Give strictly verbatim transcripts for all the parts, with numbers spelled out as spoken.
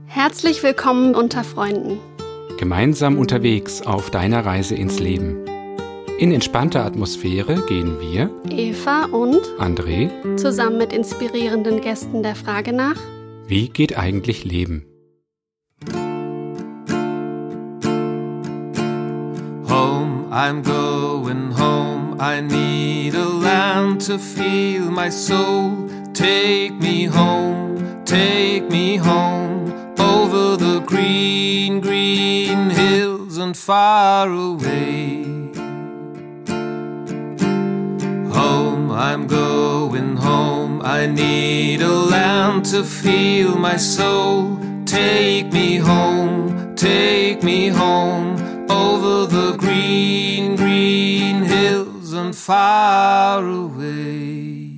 Herzlich willkommen unter Freunden. Gemeinsam unterwegs auf deiner Reise ins Leben. In entspannter Atmosphäre gehen wir, Eva und André, zusammen mit inspirierenden Gästen der Frage nach: Wie geht eigentlich Leben? Home, I'm going home. I need a land to feel my soul. Take me home, take me home. Over the green, green hills and far away. Home, I'm going home. I need a land to feel my soul. Take me home, take me home. Over the green, green hills and far away.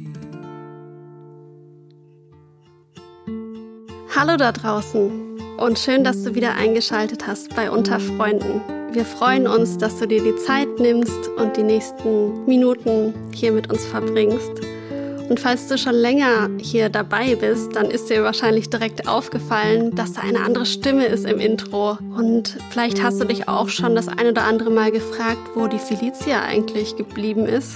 Hallo da draußen und schön, dass du wieder eingeschaltet hast bei Unter Freunden. Wir freuen uns, dass du dir die Zeit nimmst und die nächsten Minuten hier mit uns verbringst. Und falls du schon länger hier dabei bist, dann ist dir wahrscheinlich direkt aufgefallen, dass da eine andere Stimme ist im Intro. Und vielleicht hast du dich auch schon das ein oder andere Mal gefragt, wo die Felicia eigentlich geblieben ist.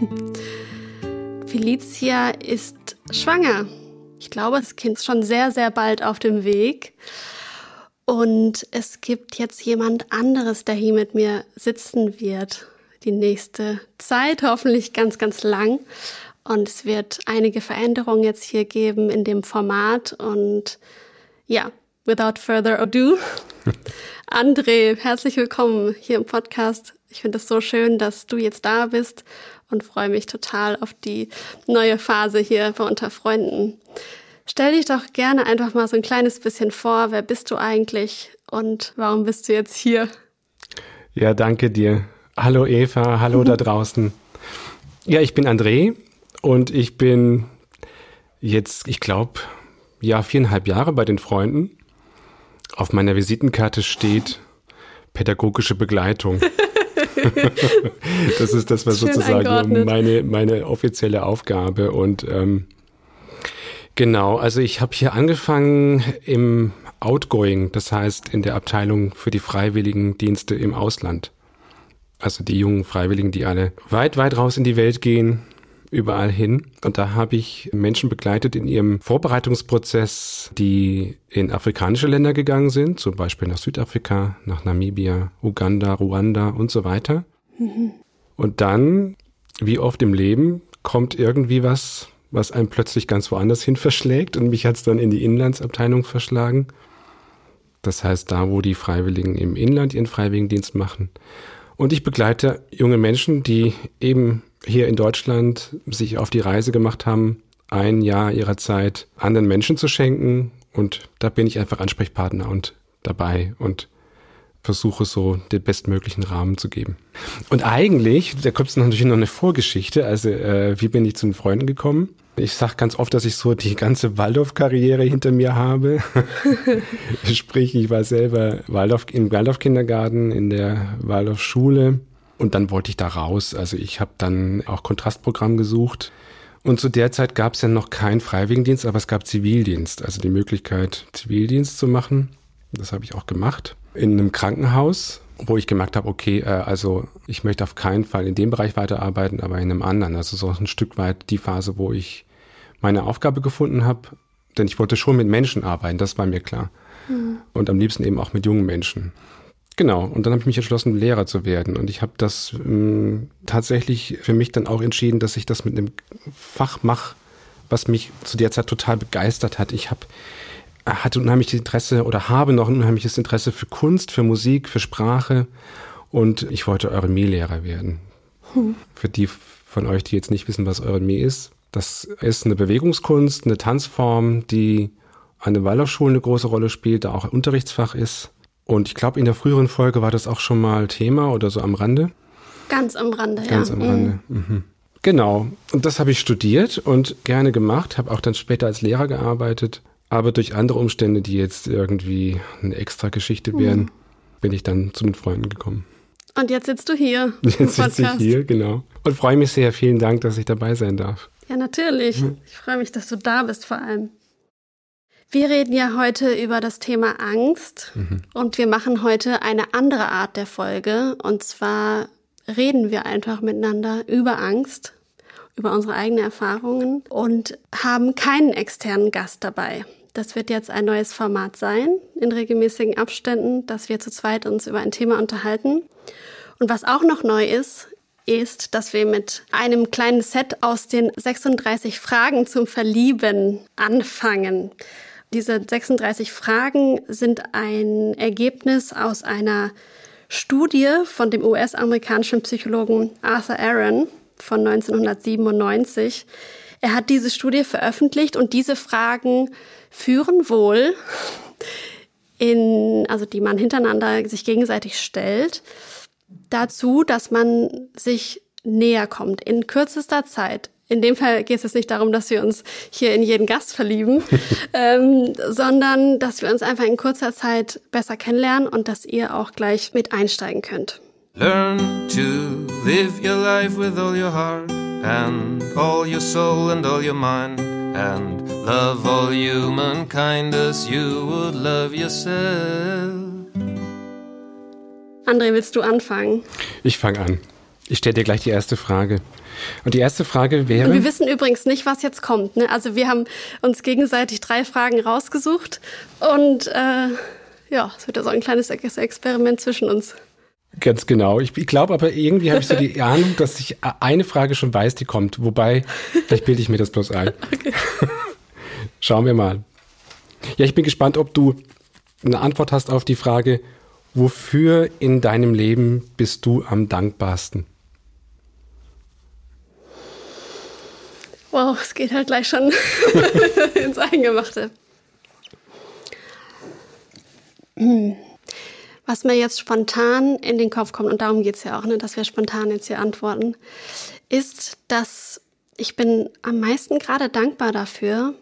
Felicia ist schwanger. Ich glaube, das Kind ist schon sehr, sehr bald auf dem Weg. Und es gibt jetzt jemand anderes, der hier mit mir sitzen wird. Die nächste Zeit, hoffentlich ganz, ganz lang. Und es wird einige Veränderungen jetzt hier geben in dem Format. Und ja, without further ado, André, herzlich willkommen hier im Podcast. Ich finde es so schön, dass du jetzt da bist und freue mich total auf die neue Phase hier bei Unter Freunden. Stell dich doch gerne einfach mal so ein kleines bisschen vor. Wer bist du eigentlich und warum bist du jetzt hier? Ja, danke dir. Hallo Eva, hallo da draußen. Ja, ich bin André und ich bin jetzt, ich glaube, ja, viereinhalb Jahre bei den Freunden. Auf meiner Visitenkarte steht pädagogische Begleitung. Das ist das, was Schön sozusagen meine, meine offizielle Aufgabe. Und ähm, genau, also ich habe hier angefangen im Outgoing, das heißt in der Abteilung für die Freiwilligendienste im Ausland. Also die jungen Freiwilligen, die alle weit, weit raus in die Welt gehen, überall hin. Und da habe ich Menschen begleitet in ihrem Vorbereitungsprozess, die in afrikanische Länder gegangen sind, zum Beispiel nach Südafrika, nach Namibia, Uganda, Ruanda und so weiter. Mhm. Und dann, wie oft im Leben, kommt irgendwie was, was einen plötzlich ganz woanders hin verschlägt. Und mich hat es dann in die Inlandsabteilung verschlagen. Das heißt, da, wo die Freiwilligen im Inland ihren Freiwilligendienst machen. Und ich begleite junge Menschen, die eben hier in Deutschland sich auf die Reise gemacht haben, ein Jahr ihrer Zeit anderen Menschen zu schenken. Und da bin ich einfach Ansprechpartner und dabei und versuche so den bestmöglichen Rahmen zu geben. Und eigentlich, da kommt natürlich noch eine Vorgeschichte, also äh, wie bin ich zu den Freunden gekommen? Ich sage ganz oft, dass ich so die ganze Waldorf-Karriere hinter mir habe. Sprich, ich war selber Waldorf, im Waldorf-Kindergarten, in der Waldorf-Schule und dann wollte ich da raus. Also ich habe dann auch Kontrastprogramm gesucht und zu der Zeit gab es ja noch keinen Freiwilligendienst, aber es gab Zivildienst, also die Möglichkeit, Zivildienst zu machen. Das habe ich auch gemacht in einem Krankenhaus, wo ich gemerkt habe, okay, äh, also ich möchte auf keinen Fall in dem Bereich weiterarbeiten, aber in einem anderen. Also so ein Stück weit die Phase, wo ich meine Aufgabe gefunden habe, denn ich wollte schon mit Menschen arbeiten, das war mir klar. Mhm. Und am liebsten eben auch mit jungen Menschen. Genau, und dann habe ich mich entschlossen, Lehrer zu werden. Und ich habe das ähm, tatsächlich für mich dann auch entschieden, dass ich das mit einem Fach mache, was mich zu der Zeit total begeistert hat. Ich habe hatte unheimliches Interesse oder habe noch ein unheimliches Interesse für Kunst, für Musik, für Sprache und ich wollte Eurythmie-Lehrer werden. Hm. Für die von euch, die jetzt nicht wissen, was Eurythmie ist, das ist eine Bewegungskunst, eine Tanzform, die an den Waldorfschulen eine große Rolle spielt, da auch ein Unterrichtsfach ist. Und ich glaube, in der früheren Folge war das auch schon mal Thema oder so am Rande. Ganz am Rande, Ganz ja. am Rande. Mhm. Mhm. Genau. Und das habe ich studiert und gerne gemacht, habe auch dann später als Lehrer gearbeitet. Aber durch andere Umstände, die jetzt irgendwie eine extra Geschichte wären, mhm. bin ich dann zu den Freunden gekommen. Und jetzt sitzt du hier. Jetzt sitze ich hier, genau. Und freue mich sehr. Vielen Dank, dass ich dabei sein darf. Ja, natürlich. Mhm. Ich freue mich, dass du da bist vor allem. Wir reden ja heute über das Thema Angst mhm. und wir machen heute eine andere Art der Folge. Und zwar reden wir einfach miteinander über Angst, über unsere eigenen Erfahrungen und haben keinen externen Gast dabei. Das wird jetzt ein neues Format sein, in regelmäßigen Abständen, dass wir zu zweit uns über ein Thema unterhalten. Und was auch noch neu ist, ist, dass wir mit einem kleinen Set aus den sechsunddreißig Fragen zum Verlieben anfangen. Diese sechsunddreißig Fragen sind ein Ergebnis aus einer Studie von dem U S-amerikanischen Psychologen Arthur Aron von neunzehnhundertsiebenundneunzig. Er hat diese Studie veröffentlicht und diese Fragen führen wohl, in, also die man hintereinander sich gegenseitig stellt, dazu, dass man sich näher kommt in kürzester Zeit. In dem Fall geht es nicht darum, dass wir uns hier in jeden Gast verlieben, ähm, sondern dass wir uns einfach in kurzer Zeit besser kennenlernen und dass ihr auch gleich mit einsteigen könnt. Learn to live your life with all your heart and all your soul and all your mind and love all humankind as you would love yourself. André, willst du anfangen? Ich fange an. Ich stelle dir gleich die erste Frage. Und die erste Frage wäre... Und wir wissen übrigens nicht, was jetzt kommt. Ne? Also wir haben uns gegenseitig drei Fragen rausgesucht. Und äh, ja, es wird ja so ein kleines Experiment zwischen uns. Ganz genau. Ich, ich glaube aber, irgendwie habe ich so die Ahnung, dass ich eine Frage schon weiß, die kommt. Wobei, vielleicht bilde ich mir das bloß ein. Okay. Schauen wir mal. Ja, ich bin gespannt, ob du eine Antwort hast auf die Frage, wofür in deinem Leben bist du am dankbarsten? Wow, es geht halt gleich schon ins Eingemachte. Hm. Was mir jetzt spontan in den Kopf kommt, und darum geht es ja auch, ne, dass wir spontan jetzt hier antworten, ist, dass ich bin am meisten gerade dankbar dafür,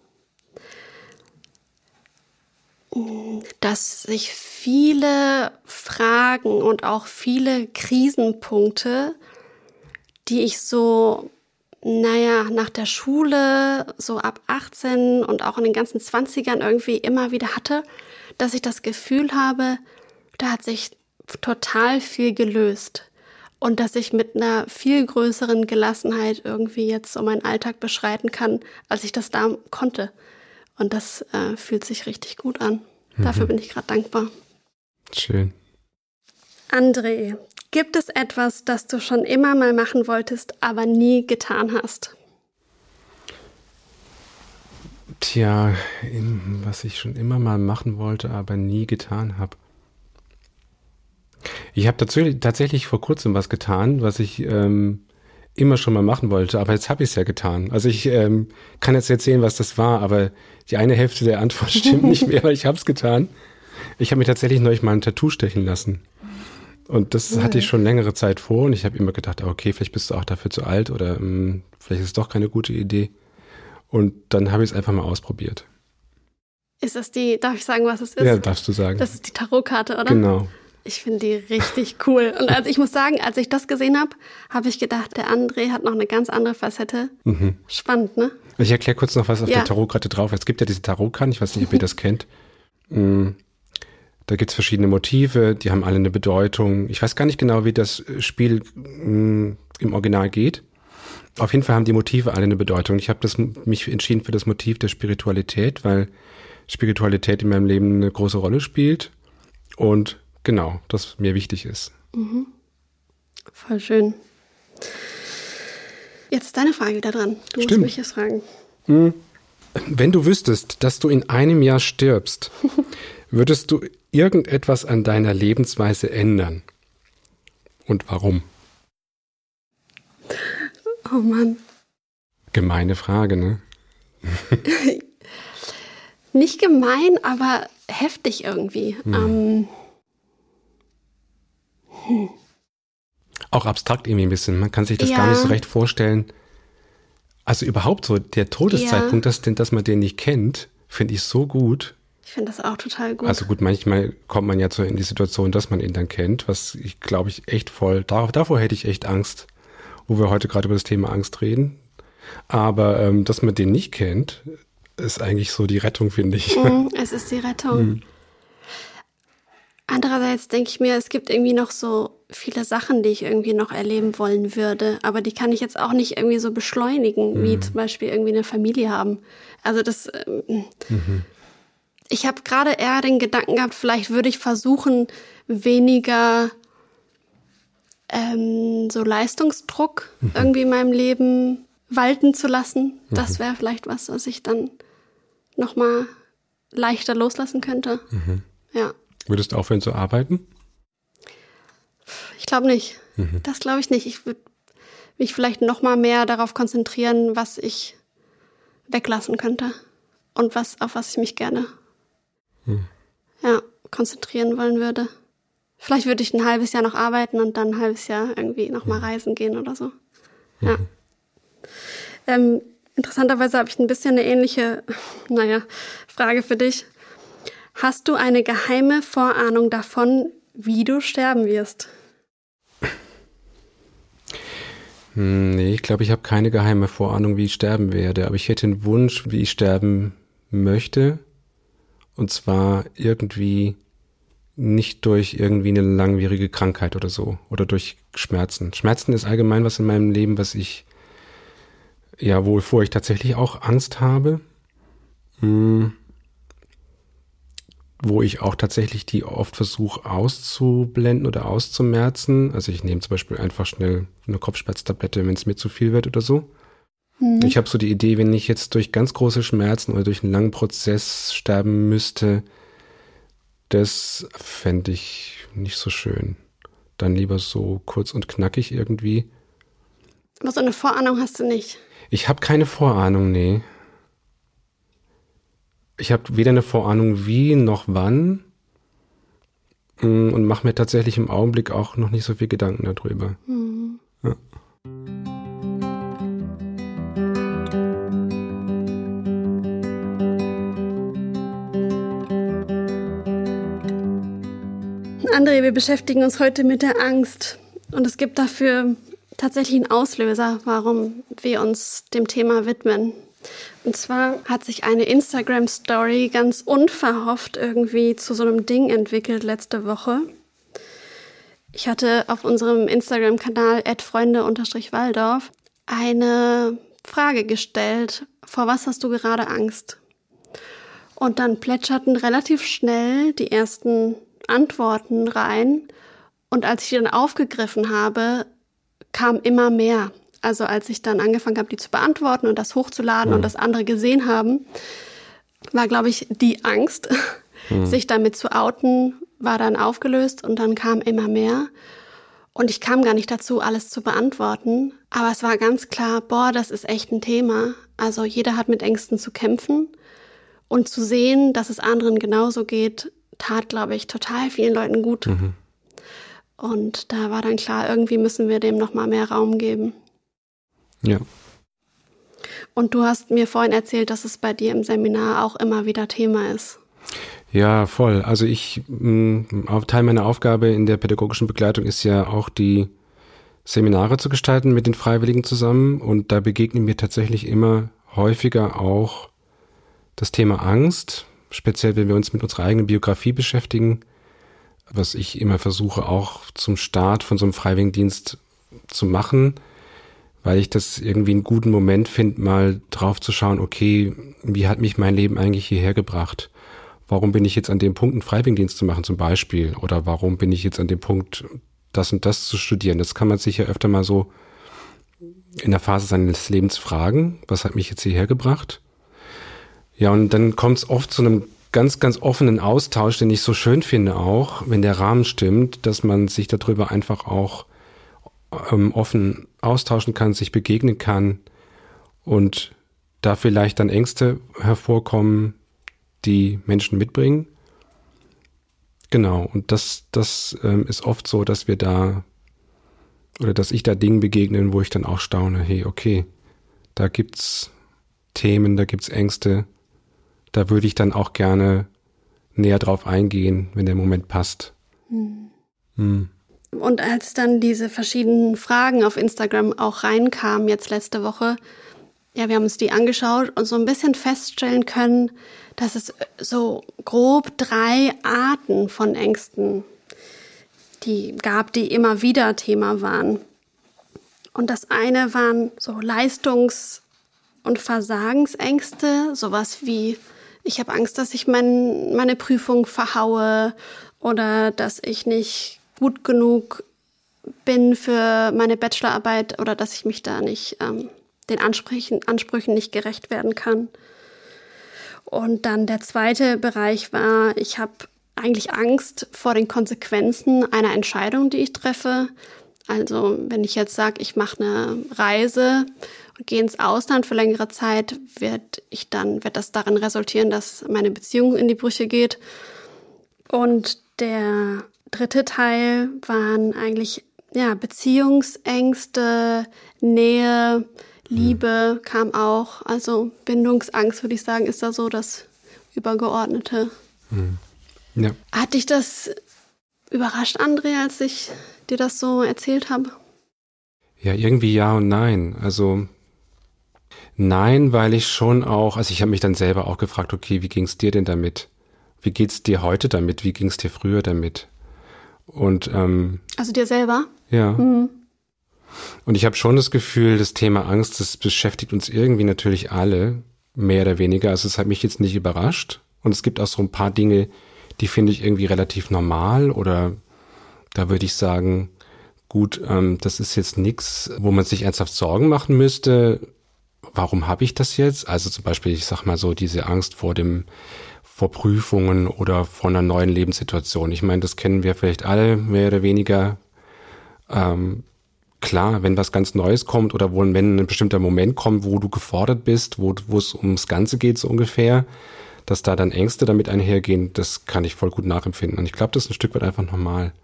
dass sich viele Fragen und auch viele Krisenpunkte, die ich so, naja, nach der Schule, so ab achtzehn und auch in den ganzen zwanzigern irgendwie immer wieder hatte, dass ich das Gefühl habe, da hat sich total viel gelöst und dass ich mit einer viel größeren Gelassenheit irgendwie jetzt so meinen Alltag beschreiten kann, als ich das da konnte. Und das äh, fühlt sich richtig gut an. Mhm. Dafür bin ich gerade dankbar. Schön. André, gibt es etwas, das du schon immer mal machen wolltest, aber nie getan hast? Tja, was ich schon immer mal machen wollte, aber nie getan habe. Ich habe tatsächlich, tatsächlich vor kurzem was getan, was ich ähm, immer schon mal machen wollte, aber jetzt habe ich es ja getan. Also ich ähm, kann jetzt erzählen, was das war, aber die eine Hälfte der Antwort stimmt nicht mehr, weil ich habe es getan. Ich habe mir tatsächlich neulich mal ein Tattoo stechen lassen. Und das cool. hatte ich schon längere Zeit vor und ich habe immer gedacht, okay, vielleicht bist du auch dafür zu alt oder mh, vielleicht ist es doch keine gute Idee. Und dann habe ich es einfach mal ausprobiert. Ist das die, darf ich sagen, was es ist? Ja, darfst du sagen. Das ist die Tarotkarte, oder? Genau. Ich finde die richtig cool. Und also ich muss sagen, als ich das gesehen habe, habe ich gedacht, der André hat noch eine ganz andere Facette. Mhm. Spannend, ne? Ich erkläre kurz noch, was auf ja. der Tarotkarte drauf ist. Es gibt ja diese Tarotkarten, ich weiß nicht, ob ihr das kennt. Da gibt es verschiedene Motive, die haben alle eine Bedeutung. Ich weiß gar nicht genau, wie das Spiel im Original geht. Auf jeden Fall haben die Motive alle eine Bedeutung. Ich habe das, mich entschieden für das Motiv der Spiritualität, weil Spiritualität in meinem Leben eine große Rolle spielt. Und genau, das mir wichtig ist. Mhm. Voll schön. Jetzt ist deine Frage wieder dran. Du Stimmt. musst mich jetzt fragen. Wenn du wüsstest, dass du in einem Jahr stirbst, würdest du irgendetwas an deiner Lebensweise ändern? Und warum? Oh Mann. Gemeine Frage, ne? Nicht gemein, aber heftig irgendwie. Hm. Ähm, hm. Auch abstrakt irgendwie ein bisschen. Man kann sich das ja. gar nicht so recht vorstellen. Also überhaupt so der Todeszeitpunkt, ja. dass, dass man den nicht kennt, finde ich so gut. Ich finde das auch total gut. Also gut, manchmal kommt man ja so in die Situation, dass man ihn dann kennt, was ich glaube ich echt voll, da, davor hätte ich echt Angst, wo wir heute gerade über das Thema Angst reden. Aber ähm, dass man den nicht kennt, ist eigentlich so die Rettung, finde ich. Mm, es ist die Rettung. Mm. Andererseits denke ich mir, es gibt irgendwie noch so viele Sachen, die ich irgendwie noch erleben wollen würde, aber die kann ich jetzt auch nicht irgendwie so beschleunigen, mm. wie zum Beispiel irgendwie eine Familie haben. Also das, ähm, mhm. ich habe gerade eher den Gedanken gehabt, vielleicht würde ich versuchen, weniger ähm, so Leistungsdruck mhm. irgendwie in meinem Leben walten zu lassen. Mhm. Das wäre vielleicht was, was ich dann nochmal leichter loslassen könnte. Mhm. Ja. Würdest du aufhören zu arbeiten? Ich glaube nicht. Mhm. Das glaube ich nicht. Ich würde mich vielleicht noch mal mehr darauf konzentrieren, was ich weglassen könnte und was auf was ich mich gerne mhm. ja, konzentrieren wollen würde. Vielleicht würde ich ein halbes Jahr noch arbeiten und dann ein halbes Jahr irgendwie noch mal mhm. reisen gehen oder so. Mhm. Ja. Ähm, interessanterweise habe ich ein bisschen eine ähnliche, naja, Frage für dich. Hast du eine geheime Vorahnung davon, wie du sterben wirst? Nee, ich glaube, ich habe keine geheime Vorahnung, wie ich sterben werde. Aber ich hätte einen Wunsch, wie ich sterben möchte. Und zwar irgendwie nicht durch irgendwie eine langwierige Krankheit oder so. Oder durch Schmerzen. Schmerzen ist allgemein was in meinem Leben, was ich, ja, wovor ich tatsächlich auch Angst habe. Hm. Wo ich auch tatsächlich die oft versuche auszublenden oder auszumerzen. Also ich nehme zum Beispiel einfach schnell eine Kopfschmerztablette, wenn es mir zu viel wird oder so. Mhm. Ich habe so die Idee, wenn ich jetzt durch ganz große Schmerzen oder durch einen langen Prozess sterben müsste, das fände ich nicht so schön. Dann lieber so kurz und knackig irgendwie. Aber so eine Vorahnung hast du nicht? Ich habe keine Vorahnung, nee. Ich habe weder eine Vorahnung wie noch wann und mache mir tatsächlich im Augenblick auch noch nicht so viel Gedanken darüber. Mhm. Ja. André, wir beschäftigen uns heute mit der Angst und es gibt dafür tatsächlich einen Auslöser, warum wir uns dem Thema widmen. Und zwar hat sich eine Instagram-Story ganz unverhofft irgendwie zu so einem Ding entwickelt letzte Woche. Ich hatte auf unserem Instagram-Kanal at freunde unterstrich waldorf eine Frage gestellt: Vor was hast du gerade Angst? Und dann plätscherten relativ schnell die ersten Antworten rein. Und als ich die dann aufgegriffen habe, kam immer mehr. Also als ich dann angefangen habe, die zu beantworten und das hochzuladen mhm. und das andere gesehen haben, war, glaube ich, die Angst, mhm. sich damit zu outen, war dann aufgelöst und dann kam immer mehr. Und ich kam gar nicht dazu, alles zu beantworten. Aber es war ganz klar, boah, das ist echt ein Thema. Also jeder hat mit Ängsten zu kämpfen. Und zu sehen, dass es anderen genauso geht, tat, glaube ich, total vielen Leuten gut. Mhm. Und da war dann klar, irgendwie müssen wir dem noch mal mehr Raum geben. Ja. Und du hast mir vorhin erzählt, dass es bei dir im Seminar auch immer wieder Thema ist. Ja, voll. Also ich, Teil meiner Aufgabe in der pädagogischen Begleitung ist ja auch die Seminare zu gestalten mit den Freiwilligen zusammen. Und da begegnen mir tatsächlich immer häufiger auch das Thema Angst, speziell wenn wir uns mit unserer eigenen Biografie beschäftigen, was ich immer versuche auch zum Start von so einem Freiwilligendienst zu machen, weil ich das irgendwie einen guten Moment finde, mal drauf zu schauen, okay, wie hat mich mein Leben eigentlich hierher gebracht? Warum bin ich jetzt an dem Punkt, einen Freiwilligendienst zu machen zum Beispiel? Oder warum bin ich jetzt an dem Punkt, das und das zu studieren? Das kann man sich ja öfter mal so in der Phase seines Lebens fragen, was hat mich jetzt hierher gebracht? Ja, und dann kommt es oft zu einem ganz, ganz offenen Austausch, den ich so schön finde auch, wenn der Rahmen stimmt, dass man sich darüber einfach auch ähm, offen austauschen kann, sich begegnen kann und da vielleicht dann Ängste hervorkommen, die Menschen mitbringen. Genau, und das, das ähm, ist oft so, dass wir da, oder dass ich da Dingen begegnen, wo ich dann auch staune, hey, okay, da gibt's Themen, da gibt's Ängste, da würde ich dann auch gerne näher drauf eingehen, wenn der Moment passt. Hm. Hm. Und als dann diese verschiedenen Fragen auf Instagram auch reinkamen, jetzt letzte Woche, ja, wir haben uns die angeschaut und so ein bisschen feststellen können, dass es so grob drei Arten von Ängsten die gab, die immer wieder Thema waren. Und das eine waren so Leistungs- und Versagensängste, sowas wie, ich habe Angst, dass ich mein, meine Prüfung verhaue oder dass ich nicht gut genug bin für meine Bachelorarbeit oder dass ich mich da nicht ähm, den Ansprüchen, Ansprüchen nicht gerecht werden kann. Und dann der zweite Bereich war, ich habe eigentlich Angst vor den Konsequenzen einer Entscheidung, die ich treffe. Also wenn ich jetzt sage, ich mache eine Reise und gehe ins Ausland für längere Zeit, wird ich dann wird das darin resultieren, dass meine Beziehung in die Brüche geht. Und der dritte Teil waren eigentlich ja Beziehungsängste, Nähe, Liebe kam auch. Also Bindungsangst, würde ich sagen, ist da so das Übergeordnete. Mhm. Ja. Hat dich das überrascht, André, als ich dir das so erzählt habe? Ja, irgendwie ja und nein. Also nein, weil ich schon auch, also ich habe mich dann selber auch gefragt, okay, wie ging es dir denn damit? Wie geht's dir heute damit? Wie ging es dir früher damit? Und ähm, also dir selber? Ja. Mhm. Und ich habe schon das Gefühl, das Thema Angst, das beschäftigt uns irgendwie natürlich alle, mehr oder weniger. Also es hat mich jetzt nicht überrascht. Und es gibt auch so ein paar Dinge, die finde ich irgendwie relativ normal oder da würde ich sagen, gut, ähm, das ist jetzt nichts, wo man sich ernsthaft Sorgen machen müsste. Warum habe ich das jetzt? Also zum Beispiel, ich sag mal so, diese Angst vor dem, vor Prüfungen oder vor einer neuen Lebenssituation. Ich meine, das kennen wir vielleicht alle, mehr oder weniger. Ähm, klar, wenn was ganz Neues kommt oder wo, wenn ein bestimmter Moment kommt, wo du gefordert bist, wo, wo es ums Ganze geht so ungefähr, dass da dann Ängste damit einhergehen, das kann ich voll gut nachempfinden. Und ich glaube, das ist ein Stück weit einfach normal.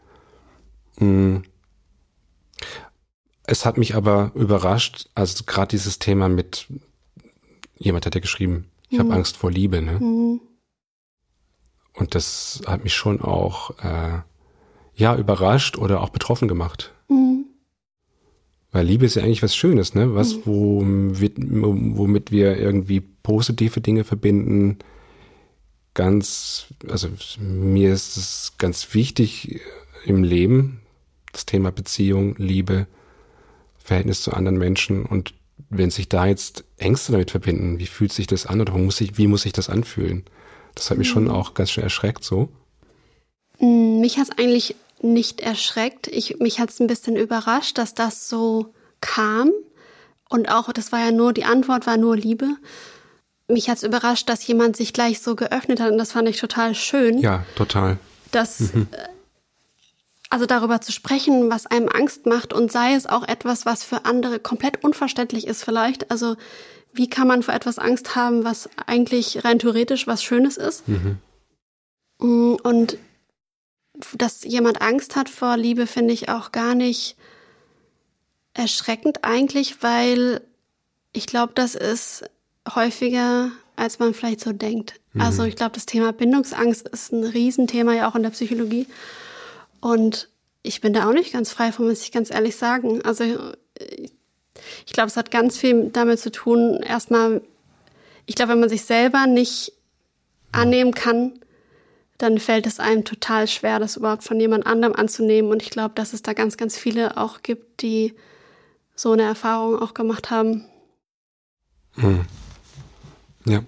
Es hat mich aber überrascht, also gerade dieses Thema mit, jemand hat ja geschrieben, ich mhm. habe Angst vor Liebe, ne? Mhm. Und das hat mich schon auch, äh, ja, überrascht oder auch betroffen gemacht. Mhm. Weil Liebe ist ja eigentlich was Schönes, ne? Was, mhm. womit, womit wir irgendwie positive Dinge verbinden. Ganz, also mir ist es ganz wichtig im Leben, das Thema Beziehung, Liebe, Verhältnis zu anderen Menschen. Und wenn sich da jetzt Ängste damit verbinden, wie fühlt sich das an oder wo muss ich, wie muss sich das anfühlen? Das hat mich mhm. schon auch ganz schön erschreckt, so. Mich hat es eigentlich nicht erschreckt. Ich, mich hat es ein bisschen überrascht, dass das so kam. Und auch, das war ja nur, die Antwort war nur Liebe. Mich hat es überrascht, dass jemand sich gleich so geöffnet hat und das fand ich total schön. Ja, total. Das, mhm. also darüber zu sprechen, was einem Angst macht und sei es auch etwas, was für andere komplett unverständlich ist vielleicht. Also wie kann man vor etwas Angst haben, was eigentlich rein theoretisch was Schönes ist? Mhm. Und dass jemand Angst hat vor Liebe, finde ich auch gar nicht erschreckend eigentlich, weil ich glaube, das ist häufiger, als man vielleicht so denkt. Mhm. Also ich glaube, das Thema Bindungsangst ist ein Riesenthema ja auch in der Psychologie. Und ich bin da auch nicht ganz frei von, muss ich ganz ehrlich sagen. Also ich glaube, es hat ganz viel damit zu tun, erstmal, ich glaube, wenn man sich selber nicht annehmen kann, dann fällt es einem total schwer, das überhaupt von jemand anderem anzunehmen. Und ich glaube, dass es da ganz, ganz viele auch gibt, die so eine Erfahrung auch gemacht haben. Hm. Ja.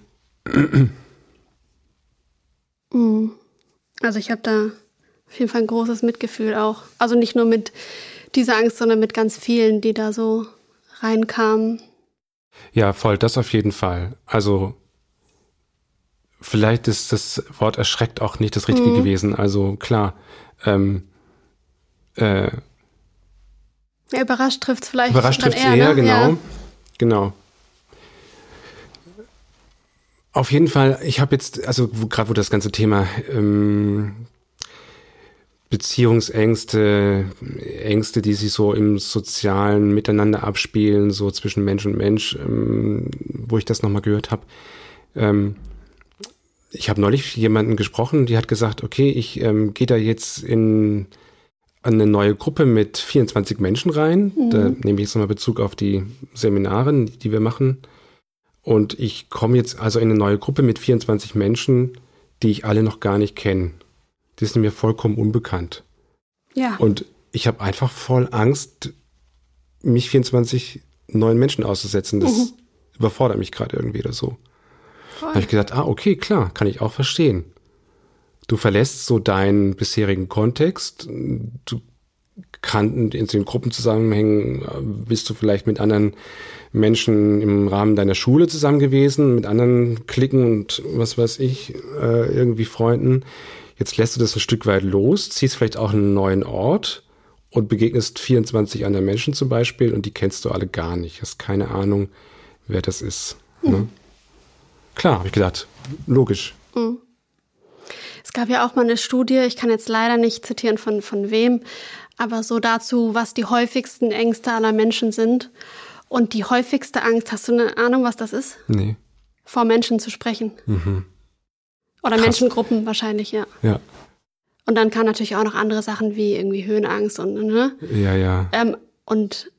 Also ich habe da auf jeden Fall ein großes Mitgefühl auch. Also nicht nur mit dieser Angst, sondern mit ganz vielen, die da so reinkamen. Ja, voll, das auf jeden Fall. Also vielleicht ist das Wort erschreckt auch nicht das Richtige mhm. gewesen. Also klar. Ähm, äh, ja, überrascht trifft es vielleicht Überrascht trifft es eher, eher, ne? genau. Ja. Genau. Auf jeden Fall, ich habe jetzt, also gerade wo das ganze Thema ähm, Beziehungsängste, Ängste, die sich so im sozialen Miteinander abspielen, so zwischen Mensch und Mensch, ähm, wo ich das nochmal gehört habe. Ähm, ich habe neulich jemanden gesprochen, die hat gesagt, okay, ich ähm, gehe da jetzt in eine neue Gruppe mit vierundzwanzig Menschen rein. Mhm. Da nehme ich jetzt nochmal Bezug auf die Seminare, die wir machen. Und ich komme jetzt also in eine neue Gruppe mit vierundzwanzig Menschen, die ich alle noch gar nicht kenne. Die sind mir vollkommen unbekannt. Ja. Und ich habe einfach voll Angst, mich vierundzwanzig neuen Menschen auszusetzen. Das mhm. überfordert mich gerade irgendwie oder so. Da habe ich gesagt, ah, okay, klar, kann ich auch verstehen. Du verlässt so deinen bisherigen Kontext. Du kannst in den Gruppenzusammenhängen, bist du vielleicht mit anderen Menschen im Rahmen deiner Schule zusammen gewesen, mit anderen Cliquen und was weiß ich, äh, irgendwie Freunden. Jetzt lässt du das ein Stück weit los, ziehst vielleicht auch einen neuen Ort und begegnest vierundzwanzig anderen Menschen zum Beispiel und die kennst du alle gar nicht. Hast keine Ahnung, wer das ist. Mhm. Ne? Klar, habe ich gedacht, logisch. Mhm. Es gab ja auch mal eine Studie, ich kann jetzt leider nicht zitieren von, von wem, aber so dazu, was die häufigsten Ängste aller Menschen sind. Und die häufigste Angst, hast du eine Ahnung, was das ist? Nee. Vor Menschen zu sprechen. Mhm. Oder Krass. Menschengruppen wahrscheinlich, ja. Ja. Und dann kamen natürlich auch noch andere Sachen wie irgendwie Höhenangst und, ne? Ja, ja. Ähm, und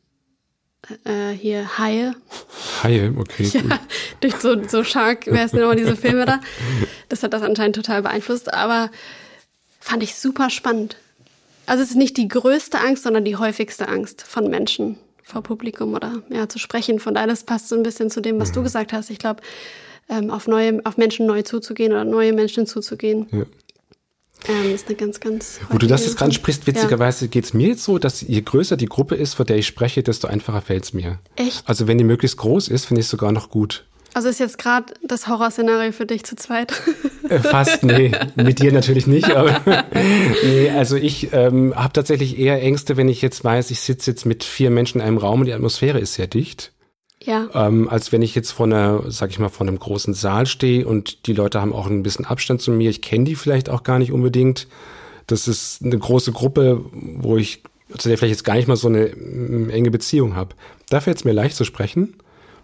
äh, hier Haie. Haie, okay. Ja, gut. durch so, so Shark, wer ist denn immer diese Filme da? Das hat das anscheinend total beeinflusst, aber fand ich super spannend. Also es ist nicht die größte Angst, sondern die häufigste Angst von Menschen vor Publikum oder ja zu sprechen. Von daher, das passt so ein bisschen zu dem, was mhm. du gesagt hast. Ich glaube, ähm, auf neue, auf Menschen neu zuzugehen oder neue Menschen zuzugehen, ja. ähm, ist eine ganz, ganz. Wo du das jetzt gerade sprichst, witzigerweise ja. geht es mir jetzt so, dass je größer die Gruppe ist, vor der ich spreche, desto einfacher fällt es mir. Echt? Also wenn die möglichst groß ist, finde ich es sogar noch gut. Also ist jetzt gerade das Horrorszenario für dich zu zweit? Äh, fast, nee. Mit dir natürlich nicht, aber nee, also ich ähm, habe tatsächlich eher Ängste, wenn ich jetzt weiß, ich sitze jetzt mit vier Menschen in einem Raum und die Atmosphäre ist sehr dicht. Ja. Ähm, als wenn ich jetzt vor einer, sag ich mal, vor einem großen Saal stehe und die Leute haben auch ein bisschen Abstand zu mir. Ich kenne die vielleicht auch gar nicht unbedingt. Das ist eine große Gruppe, wo ich zu der vielleicht jetzt gar nicht mal so eine m, enge Beziehung habe. Da fällt es mir leicht zu sprechen.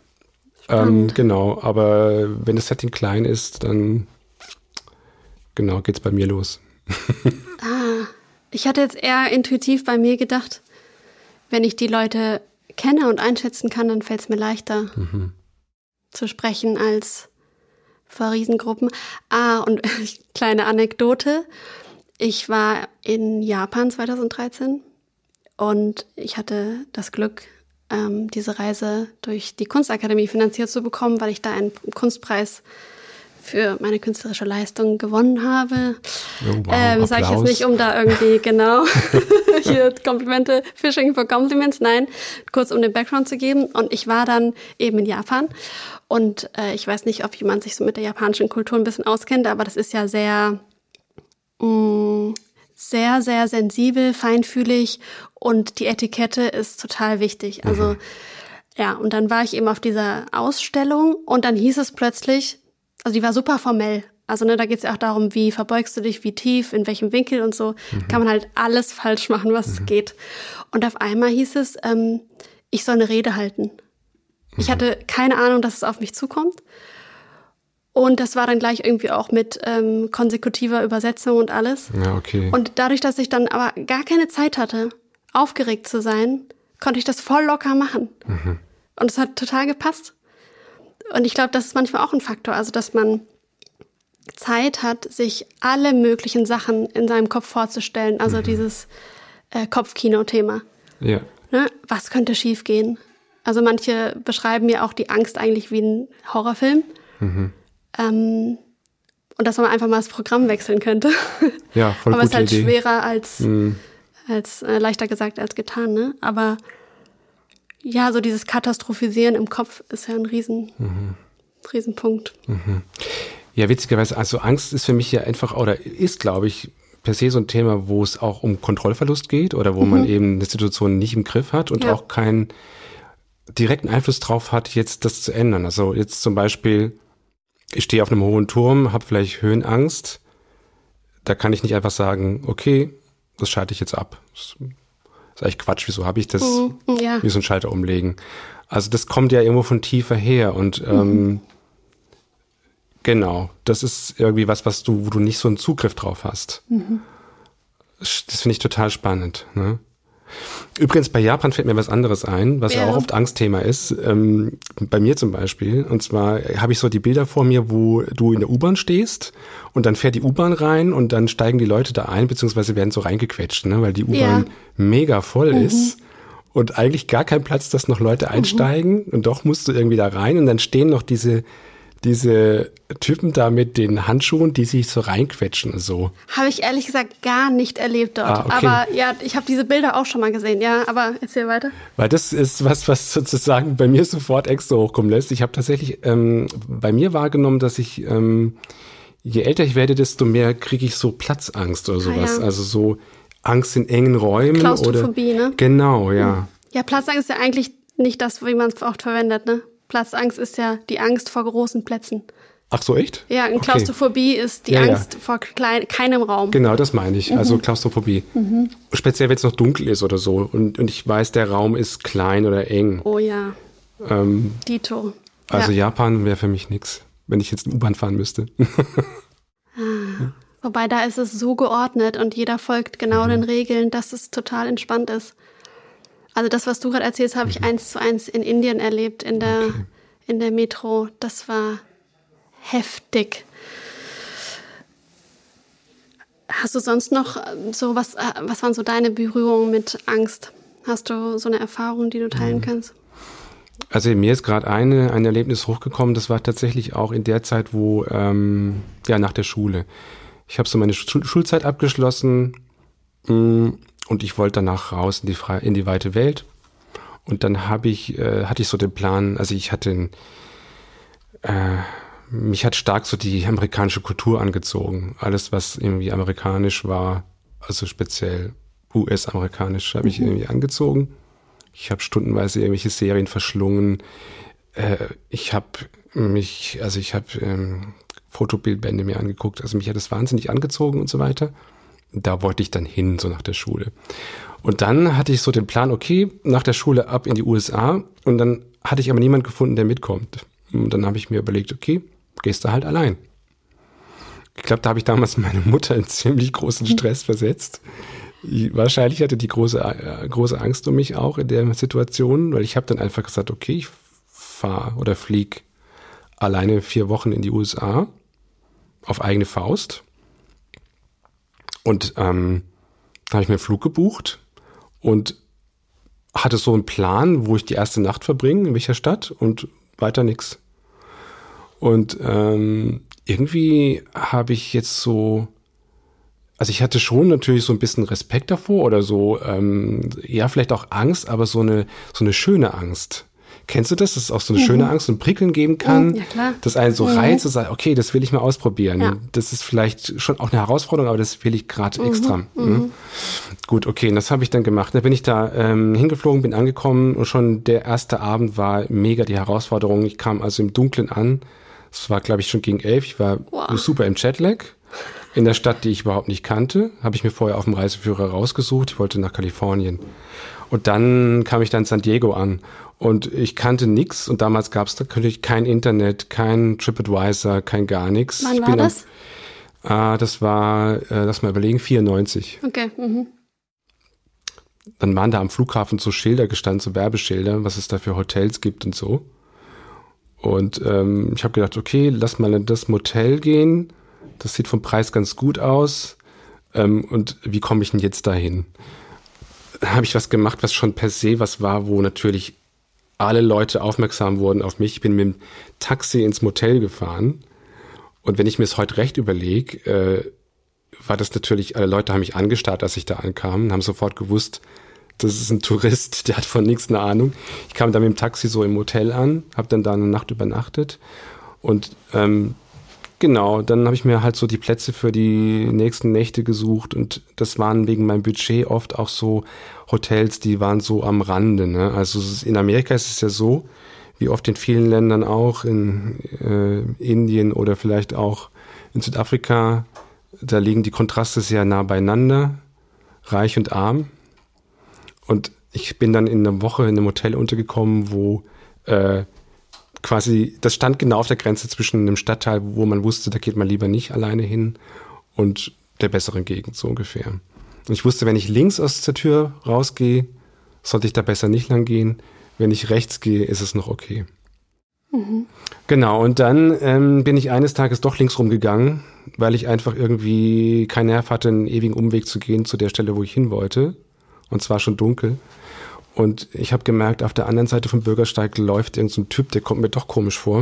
Ähm, genau, aber wenn das Setting klein ist, dann genau geht's bei mir los. Ah, ich hatte jetzt eher intuitiv bei mir gedacht, wenn ich die Leute kenne und einschätzen kann, dann fällt es mir leichter mhm. zu sprechen als vor Riesengruppen. Ah, und kleine Anekdote. Ich war in Japan zwanzig dreizehn und ich hatte das Glück, ähm, diese Reise durch die Kunstakademie finanziert zu bekommen, weil ich da einen Kunstpreis für meine künstlerische Leistung gewonnen habe. Oh, wow, ähm, sage ich jetzt nicht, um da irgendwie genau hier Komplimente, Fishing for Compliments, nein, kurz um den Background zu geben. Und ich war dann eben in Japan und äh, ich weiß nicht, ob jemand sich so mit der japanischen Kultur ein bisschen auskennt, aber das ist ja sehr, mh, sehr, sehr sensibel, feinfühlig und die Etikette ist total wichtig. Also mhm. ja, und dann war ich eben auf dieser Ausstellung und dann hieß es plötzlich, also die war super formell. Also ne, da geht es ja auch darum, wie verbeugst du dich, wie tief, in welchem Winkel und so. Mhm. Kann man halt alles falsch machen, was mhm. geht. Und auf einmal hieß es, ähm, ich soll eine Rede halten. Mhm. Ich hatte keine Ahnung, dass es auf mich zukommt. Und das war dann gleich irgendwie auch mit ähm, konsekutiver Übersetzung und alles. Ja, okay. Und dadurch, dass ich dann aber gar keine Zeit hatte, aufgeregt zu sein, konnte ich das voll locker machen. Mhm. Und es hat total gepasst. Und ich glaube, das ist manchmal auch ein Faktor, also dass man Zeit hat, sich alle möglichen Sachen in seinem Kopf vorzustellen. Also mhm. dieses äh, Kopfkino-Thema. Ja. Ne? Was könnte schief gehen? Also manche beschreiben ja auch die Angst eigentlich wie ein Horrorfilm. Mhm. Ähm, und dass man einfach mal das Programm wechseln könnte. Ja, voll Aber es ist halt Idee. schwerer als, mhm. als äh, leichter gesagt als getan. Ne? Aber ja, so dieses Katastrophisieren im Kopf ist ja ein riesen, mhm. Riesenpunkt. Mhm. Ja, witzigerweise, also Angst ist für mich ja einfach, oder ist, glaube ich, per se so ein Thema, wo es auch um Kontrollverlust geht oder wo mhm. man eben eine Situation nicht im Griff hat und ja. auch keinen direkten Einfluss drauf hat, jetzt das zu ändern. Also jetzt zum Beispiel, ich stehe auf einem hohen Turm, habe vielleicht Höhenangst, da kann ich nicht einfach sagen, okay, das schalte ich jetzt ab. Das ist eigentlich Quatsch, wieso habe ich das, mhm, ja. wie so ein Schalter umlegen. Also das kommt ja irgendwo von tiefer her und ähm, mhm. genau, das ist irgendwie was, was du, wo du nicht so einen Zugriff drauf hast. Mhm. Das finde ich total spannend. Ne? Übrigens, bei Japan fällt mir was anderes ein, was ja auch oft Angstthema ist. Ähm, bei mir zum Beispiel. Und zwar habe ich so die Bilder vor mir, wo du in der U-Bahn stehst und dann fährt die U-Bahn rein und dann steigen die Leute da ein, beziehungsweise werden so reingequetscht, ne, weil die U-Bahn ja. mega voll mhm. ist und eigentlich gar kein Platz, dass noch Leute einsteigen mhm. und doch musst du irgendwie da rein und dann stehen noch diese diese Typen da mit den Handschuhen, die sich so reinquetschen und so. Habe ich ehrlich gesagt gar nicht erlebt dort. Ah, okay. Aber ja, ich habe diese Bilder auch schon mal gesehen. Ja, aber erzähl weiter. Weil das ist was, was sozusagen bei mir sofort extra hochkommen lässt. Ich habe tatsächlich ähm, bei mir wahrgenommen, dass ich, ähm, je älter ich werde, desto mehr kriege ich so Platzangst oder sowas. Ah, ja. Also so Angst in engen Räumen. Klaustrophobie, oder, ne? Genau, ja. Ja, Platzangst ist ja eigentlich nicht das, wie man es oft verwendet, ne? Platzangst ist ja die Angst vor großen Plätzen. Ach so, echt? Ja, und Klaustrophobie okay. ist die ja, Angst ja. vor klein, keinem Raum. Genau, das meine ich. Mhm. Also Klaustrophobie. Mhm. Speziell, wenn es noch dunkel ist oder so. Und, und ich weiß, der Raum ist klein oder eng. Oh ja. Ähm, Dito. Also ja. Japan wäre für mich nichts, wenn ich jetzt in U-Bahn fahren müsste. ah. Wobei, da ist es so geordnet und jeder folgt genau mhm. den Regeln, dass es total entspannt ist. Also das, was du gerade erzählst, habe ich mhm. eins zu eins in Indien erlebt, in der, okay. in der Metro. Das war heftig. Hast du sonst noch so, was, was waren so deine Berührungen mit Angst? Hast du so eine Erfahrung, die du teilen mhm. kannst? Also mir ist gerade eine, ein Erlebnis hochgekommen, das war tatsächlich auch in der Zeit, wo, ähm, ja, nach der Schule. Ich habe so meine Schul- Schulzeit abgeschlossen, mh, und ich wollte danach raus in die, Fre- in die weite Welt. Und dann habe ich, äh, hatte ich so den Plan, also ich hatte, äh, mich hat stark so die amerikanische Kultur angezogen. Alles, was irgendwie amerikanisch war, also speziell U S-amerikanisch, habe ich mhm. irgendwie angezogen. Ich habe stundenweise irgendwelche Serien verschlungen. Äh, ich habe mich, also ich habe ähm, Fotobildbände mir angeguckt. Also mich hat das wahnsinnig angezogen und so weiter. Da wollte ich dann hin, so nach der Schule. Und dann hatte ich so den Plan, okay, nach der Schule ab in die U S A. Und dann hatte ich aber niemanden gefunden, der mitkommt. Und dann habe ich mir überlegt, okay, gehst du halt allein. Ich glaube, da habe ich damals meine Mutter in ziemlich großen Stress versetzt. Ich, wahrscheinlich hatte die große, äh, große Angst um mich auch in der Situation, weil ich habe dann einfach gesagt, okay, ich fahre oder fliege alleine vier Wochen in die U S A auf eigene Faust. Und ähm, da habe ich mir einen Flug gebucht und hatte so einen Plan, wo ich die erste Nacht verbringe, in welcher Stadt und weiter nix. Und ähm, irgendwie habe ich jetzt so, also ich hatte schon natürlich so ein bisschen Respekt davor oder so, ähm, ja vielleicht auch Angst, aber so eine so eine schöne Angst. Kennst du das? Dass es auch so eine mhm. schöne Angst und Prickeln geben kann, ja, klar. dass einen so mhm. reizt und sagt, okay, das will ich mal ausprobieren. Ja. Das ist vielleicht schon auch eine Herausforderung, aber das will ich gerade mhm. extra. Mhm. Mhm. Gut, okay, und das habe ich dann gemacht. Da bin ich da ähm, hingeflogen, bin angekommen und schon der erste Abend war mega die Herausforderung. Ich kam also im Dunkeln an. Es war, glaube ich, schon gegen elf. Ich war wow. super im Jetlag. In der Stadt, die ich überhaupt nicht kannte. Habe ich mir vorher auf dem Reiseführer rausgesucht. Ich wollte nach Kalifornien. Und dann kam ich dann in San Diego an. Und ich kannte nichts und damals gab es da natürlich kein Internet, kein TripAdvisor, kein gar nichts. Wann ich war bin das? Am, äh, das war, äh, lass mal überlegen, vierundneunzig. Okay. Mhm. Dann waren da am Flughafen so Schilder gestanden, so Werbeschilder, was es da für Hotels gibt und so. Und ähm, ich habe gedacht, okay, lass mal in das Motel gehen. Das sieht vom Preis ganz gut aus. Ähm, und wie komme ich denn jetzt dahin? Da habe ich was gemacht, was schon per se was war, wo natürlich alle Leute aufmerksam wurden auf mich. Ich bin mit dem Taxi ins Motel gefahren. Und wenn ich mir es heute recht überlege, äh, war das natürlich, alle Leute haben mich angestarrt, als ich da ankam und haben sofort gewusst, das ist ein Tourist, der hat von nichts eine Ahnung. Ich kam dann mit dem Taxi so im Hotel an, habe dann da eine Nacht übernachtet. Und ähm, genau, dann habe ich mir halt so die Plätze für die nächsten Nächte gesucht. Und das waren wegen meinem Budget oft auch so Hotels, die waren so am Rande. Ne? Also in Amerika ist es ja so, wie oft in vielen Ländern auch, in äh, Indien oder vielleicht auch in Südafrika, da liegen die Kontraste sehr nah beieinander, reich und arm. Und ich bin dann in einer Woche in einem Hotel untergekommen, wo äh, quasi, das stand genau auf der Grenze zwischen einem Stadtteil, wo man wusste, da geht man lieber nicht alleine hin, und der besseren Gegend, so ungefähr. Und ich wusste, wenn ich links aus der Tür rausgehe, sollte ich da besser nicht lang gehen. Wenn ich rechts gehe, ist es noch okay. Mhm. Genau, und dann ähm, bin ich eines Tages doch links rumgegangen, weil ich einfach irgendwie keinen Nerv hatte, einen ewigen Umweg zu gehen zu der Stelle, wo ich hin wollte. Und zwar schon dunkel. Und ich habe gemerkt, auf der anderen Seite vom Bürgersteig läuft irgend so ein Typ, der kommt mir doch komisch vor.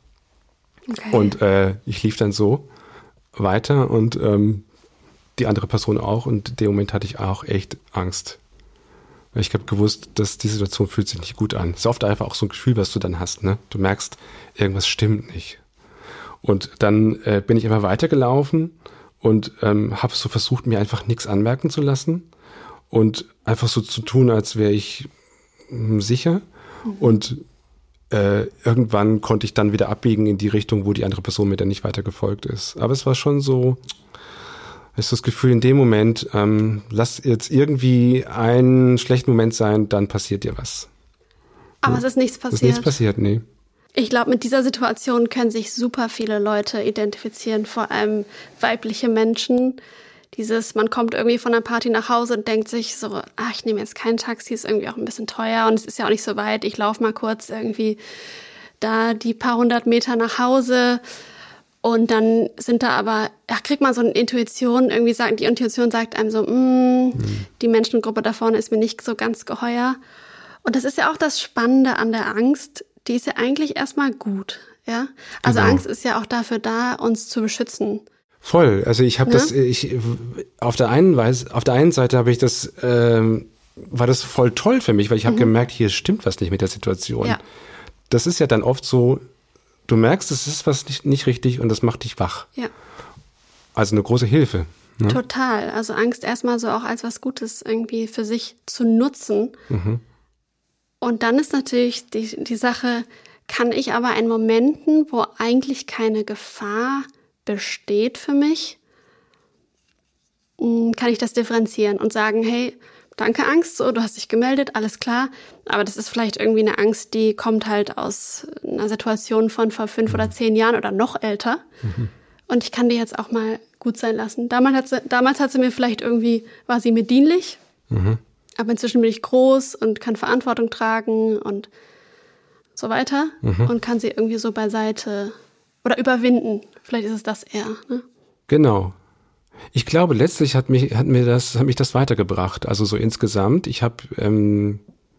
Okay. Und äh, ich lief dann so weiter und ähm, die andere Person auch. Und in dem Moment hatte ich auch echt Angst. Ich habe gewusst, dass die Situation fühlt sich nicht gut an. Es ist oft einfach auch so ein Gefühl, was du dann hast. Ne? Du merkst, irgendwas stimmt nicht. Und dann äh, bin ich immer weitergelaufen und ähm, habe so versucht, mir einfach nichts anmerken zu lassen und einfach so zu tun, als wäre ich mh, sicher. Mhm. Und äh, irgendwann konnte ich dann wieder abbiegen in die Richtung, wo die andere Person mir dann nicht weiter gefolgt ist. Aber es war schon so... ist das Gefühl in dem Moment, ähm, lass jetzt irgendwie einen schlechten Moment sein, dann passiert dir was. Aber ja. Es ist nichts passiert. Es ist nichts passiert, nee. Ich glaube, mit dieser Situation können sich super viele Leute identifizieren, vor allem weibliche Menschen. Dieses, man kommt irgendwie von einer Party nach Hause und denkt sich so, ach, ich nehme jetzt kein Taxi, ist irgendwie auch ein bisschen teuer und es ist ja auch nicht so weit. Ich laufe mal kurz irgendwie da die paar hundert Meter nach Hause. Und dann sind da aber, ja, kriegt man so eine Intuition, irgendwie sagt, die Intuition sagt einem so, mm, mhm. die Menschengruppe da vorne ist mir nicht so ganz geheuer. Und das ist ja auch das Spannende an der Angst, die ist ja eigentlich erstmal gut, ja. Also genau. Angst ist ja auch dafür da, uns zu beschützen. Voll, also ich habe ja? das, ich auf der einen Weise, auf der einen Seite habe ich das, ähm, war das voll toll für mich, weil ich habe mhm. gemerkt, hier stimmt was nicht mit der Situation. Ja. Das ist ja dann oft so, du merkst, es ist was nicht, nicht richtig und das macht dich wach. Ja. Also eine große Hilfe. Ne? Total. Also Angst erstmal so auch als was Gutes irgendwie für sich zu nutzen. Mhm. Und dann ist natürlich die, die Sache, kann ich aber in Momenten, wo eigentlich keine Gefahr besteht für mich, kann ich das differenzieren und sagen, hey, danke Angst, so, du hast dich gemeldet, alles klar. Aber das ist vielleicht irgendwie eine Angst, die kommt halt aus einer Situation von vor fünf oder zehn Jahren oder noch älter. Mhm. Und ich kann die jetzt auch mal gut sein lassen. Damals hat sie, damals hat sie mir vielleicht irgendwie, war sie mir dienlich. Mhm. Aber inzwischen bin ich groß und kann Verantwortung tragen und so weiter. Mhm. Und kann sie irgendwie so beiseite oder überwinden. Vielleicht ist es das eher, ne? Genau. Ich glaube, letztlich hat mich, hat mir das, hat mich das weitergebracht. Also so insgesamt. Ich habe ähm,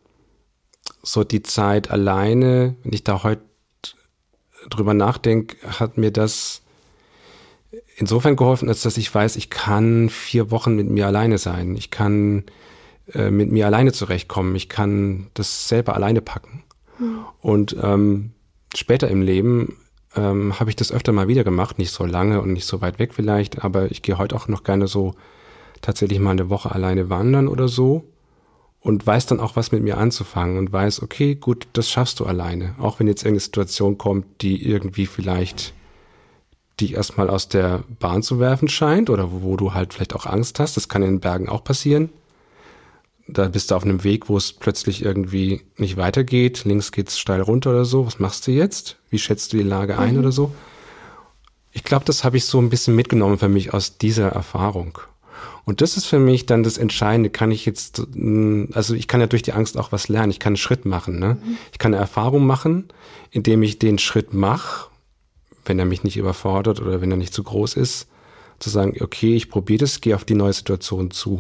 so die Zeit alleine, wenn ich da heute drüber nachdenke, hat mir das insofern geholfen, als dass ich weiß, ich kann vier Wochen mit mir alleine sein. Ich kann äh, mit mir alleine zurechtkommen. Ich kann das selber alleine packen. Mhm. Und ähm, später im Leben ähm, habe ich das öfter mal wieder gemacht. Nicht so lange und nicht so weit weg vielleicht, aber ich gehe heute auch noch gerne so tatsächlich mal eine Woche alleine wandern oder so und weiß dann auch, was mit mir anzufangen und weiß, okay, gut, das schaffst du alleine. Auch wenn jetzt irgendeine Situation kommt, die irgendwie vielleicht die erstmal aus der Bahn zu werfen scheint oder wo, wo du halt vielleicht auch Angst hast. Das kann in den Bergen auch passieren. Da bist du auf einem Weg, wo es plötzlich irgendwie nicht weitergeht. Links geht's steil runter oder so. Was machst du jetzt? Wie schätzt du die Lage ein mhm. oder so? Ich glaube, das habe ich so ein bisschen mitgenommen für mich aus dieser Erfahrung. Und das ist für mich dann das Entscheidende. Kann ich jetzt, also ich kann ja durch die Angst auch was lernen. Ich kann einen Schritt machen. Ne? Mhm. Ich kann eine Erfahrung machen, indem ich den Schritt mache, wenn er mich nicht überfordert oder wenn er nicht zu groß ist, zu sagen, okay, ich probiere das, gehe auf die neue Situation zu.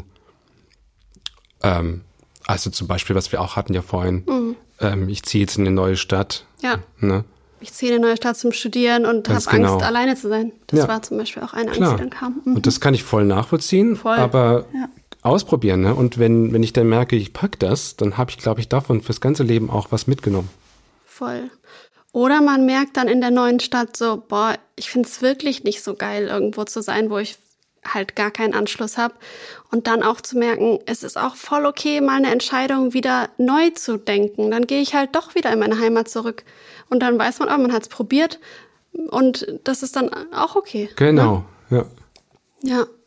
Ähm, also zum Beispiel, was wir auch hatten ja vorhin, mhm. ähm, ich ziehe jetzt in eine neue Stadt. Ja. Ne? Ich ziehe in eine neue Stadt zum Studieren und habe genau. Angst, alleine zu sein. Das ja. war zum Beispiel auch eine Angst, Klar. die dann kam. Mhm. Und das kann ich voll nachvollziehen, voll. aber ja. ausprobieren. Ne? Und wenn, wenn ich dann merke, ich pack das, dann habe ich, glaube ich, davon fürs ganze Leben auch was mitgenommen. Voll. Oder man merkt dann in der neuen Stadt so, boah, ich finde es wirklich nicht so geil, irgendwo zu sein, wo ich halt gar keinen Anschluss habe. Und dann auch zu merken, es ist auch voll okay, mal eine Entscheidung wieder neu zu denken. Dann gehe ich halt doch wieder in meine Heimat zurück. Und dann weiß man, oh, man hat es probiert. Und das ist dann auch okay. Genau, ne? ja. Ja.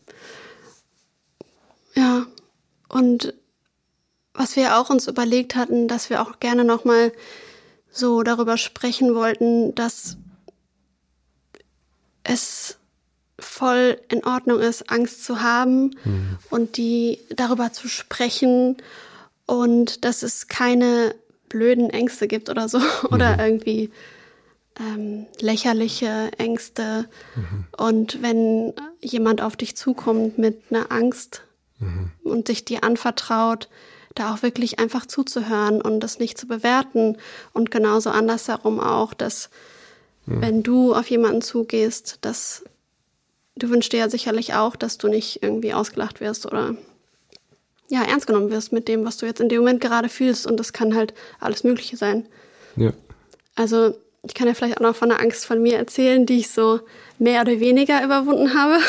Ja. Und was wir auch uns überlegt hatten, dass wir auch gerne nochmal so darüber sprechen wollten, dass es voll in Ordnung ist, Angst zu haben mhm. und die darüber zu sprechen und dass es keine blöden Ängste gibt oder so mhm. oder irgendwie ähm, lächerliche Ängste. Mhm. Und wenn jemand auf dich zukommt mit einer Angst mhm. und sich dir anvertraut, da auch wirklich einfach zuzuhören und das nicht zu bewerten. Und genauso andersherum auch, dass mhm. wenn du auf jemanden zugehst, dass du wünschst dir ja sicherlich auch, dass du nicht irgendwie ausgelacht wirst oder ja, ernst genommen wirst mit dem, was du jetzt in dem Moment gerade fühlst. Und das kann halt alles Mögliche sein. Ja. Also ich kann ja vielleicht auch noch von einer Angst von mir erzählen, die ich so mehr oder weniger überwunden habe.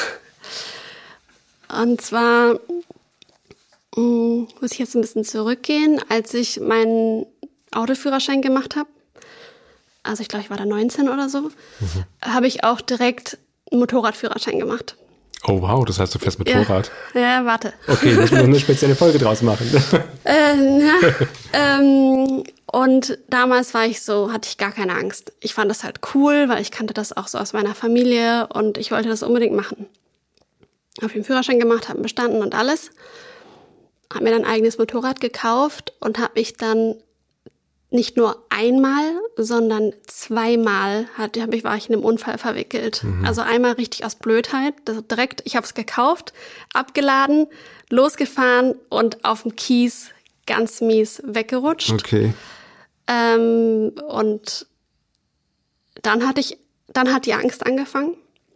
Und zwar mh, muss ich jetzt ein bisschen zurückgehen, als ich meinen Autoführerschein gemacht habe. Also ich glaube, ich war da neunzehn oder so. Mhm. Habe ich auch direkt einen Motorradführerschein gemacht. Oh wow, das heißt, du fährst Motorrad? Ja, ja warte. Okay, müssen wir eine spezielle Folge draus machen. äh, ja, ähm, und damals war ich so, hatte ich gar keine Angst. Ich fand das halt cool, weil ich kannte das auch so aus meiner Familie und ich wollte das unbedingt machen. Habe den Führerschein gemacht, habe bestanden und alles. Habe mir dann ein eigenes Motorrad gekauft und habe mich dann nicht nur einmal, sondern zweimal hat, hab ich, war ich in einem Unfall verwickelt. Mhm. Also einmal richtig aus Blödheit, das direkt, ich habe es gekauft, abgeladen, losgefahren und auf dem Kies ganz mies weggerutscht. Okay. Ähm, und dann hatte ich, dann hat die Angst angefangen.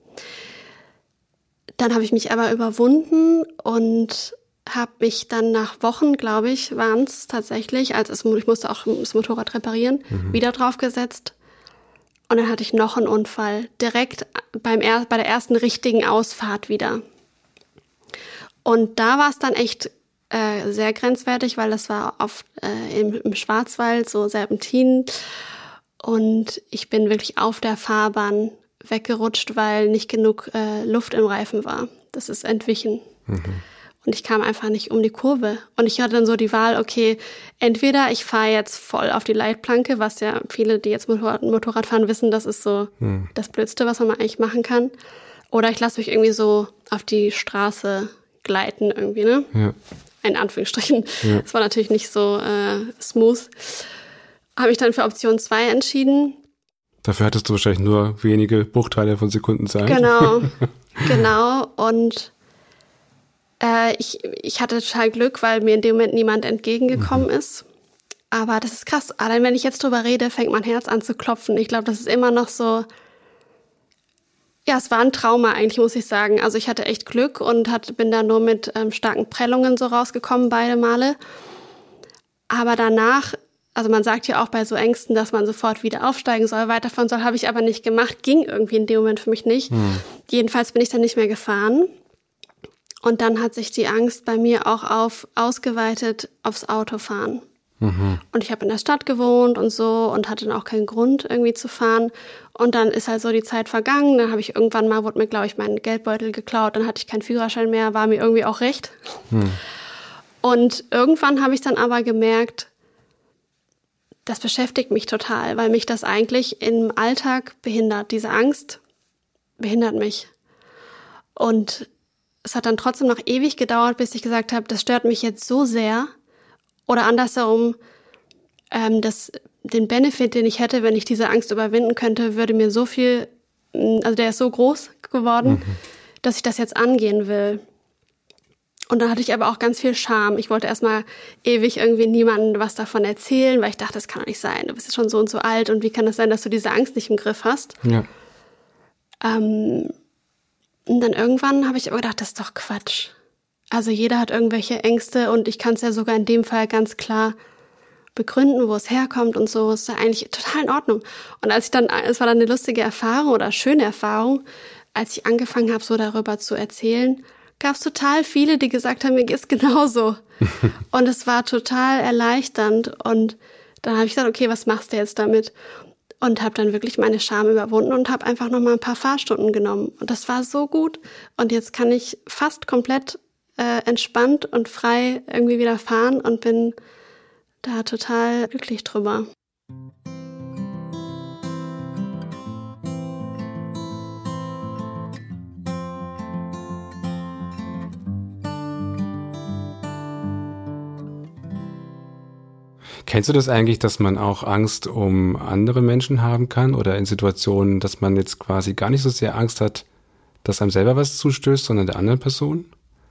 Dann habe ich mich aber überwunden und habe mich dann nach Wochen, glaube ich, waren es tatsächlich, als es, ich musste auch das Motorrad reparieren, mhm. wieder draufgesetzt. Und dann hatte ich noch einen Unfall, direkt beim er, bei der ersten richtigen Ausfahrt wieder. Und da war es dann echt äh, sehr grenzwertig, weil das war auf, äh, im, im Schwarzwald, so Serpentinen. Und ich bin wirklich auf der Fahrbahn weggerutscht, weil nicht genug äh, Luft im Reifen war. Das ist entwichen. Mhm. Und ich kam einfach nicht um die Kurve. Und ich hatte dann so die Wahl, okay, entweder ich fahre jetzt voll auf die Leitplanke, was ja viele, die jetzt Motorrad, Motorrad fahren, wissen, das ist so hm. das Blödste, was man eigentlich machen kann. Oder ich lasse mich irgendwie so auf die Straße gleiten irgendwie, ne? Ja. In Anführungsstrichen. Ja. Das war natürlich nicht so äh, smooth. Habe ich dann für Option zwei entschieden. Dafür hattest du wahrscheinlich nur wenige Bruchteile von Sekunden Zeit. Genau, genau. Und Äh, ich, ich hatte total Glück, weil mir in dem Moment niemand entgegengekommen mhm. ist. Aber das ist krass. Allein wenn ich jetzt drüber rede, fängt mein Herz an zu klopfen. Ich glaube, das ist immer noch so, ja, es war ein Trauma eigentlich, muss ich sagen. Also ich hatte echt Glück und hat, bin da nur mit ähm, starken Prellungen so rausgekommen, beide Male. Aber danach, also man sagt ja auch bei so Ängsten, dass man sofort wieder aufsteigen soll, weiterfahren soll, habe ich aber nicht gemacht. Ging irgendwie in dem Moment für mich nicht. Mhm. Jedenfalls bin ich dann nicht mehr gefahren. Und dann hat sich die Angst bei mir auch auf ausgeweitet aufs Autofahren. Mhm. Und ich habe in der Stadt gewohnt und so und hatte dann auch keinen Grund, irgendwie zu fahren. Und dann ist halt so die Zeit vergangen. Dann habe ich irgendwann mal, wurde mir, glaube ich, mein Geldbeutel geklaut. Dann hatte ich keinen Führerschein mehr, war mir irgendwie auch recht. Mhm. Und irgendwann habe ich dann aber gemerkt, das beschäftigt mich total, weil mich das eigentlich im Alltag behindert. Diese Angst behindert mich. Und es hat dann trotzdem noch ewig gedauert, bis ich gesagt habe, das stört mich jetzt so sehr. Oder andersherum, ähm, dass den Benefit, den ich hätte, wenn ich diese Angst überwinden könnte, würde mir so viel, also der ist so groß geworden, mhm. dass ich das jetzt angehen will. Und dann hatte ich aber auch ganz viel Scham. Ich wollte erstmal ewig irgendwie niemandem was davon erzählen, weil ich dachte, das kann doch nicht sein. Du bist jetzt schon so und so alt und wie kann es sein, dass du diese Angst nicht im Griff hast? Ja. Ähm, Und dann irgendwann habe ich aber gedacht, das ist doch Quatsch. Also jeder hat irgendwelche Ängste und ich kann es ja sogar in dem Fall ganz klar begründen, wo es herkommt und so. Ist ja eigentlich total in Ordnung. Und als ich dann, es war dann eine lustige Erfahrung oder schöne Erfahrung, als ich angefangen habe, so darüber zu erzählen, gab es total viele, die gesagt haben, mir geht's genauso. Und es war total erleichternd. Und dann habe ich gesagt, okay, was machst du jetzt damit? Und habe dann wirklich meine Scham überwunden und habe einfach noch mal ein paar Fahrstunden genommen. Und das war so gut. Und jetzt kann ich fast komplett äh, entspannt und frei irgendwie wieder fahren und bin da total glücklich drüber. Kennst du das eigentlich, dass man auch Angst um andere Menschen haben kann oder in Situationen, dass man jetzt quasi gar nicht so sehr Angst hat, dass einem selber was zustößt, sondern der anderen Person?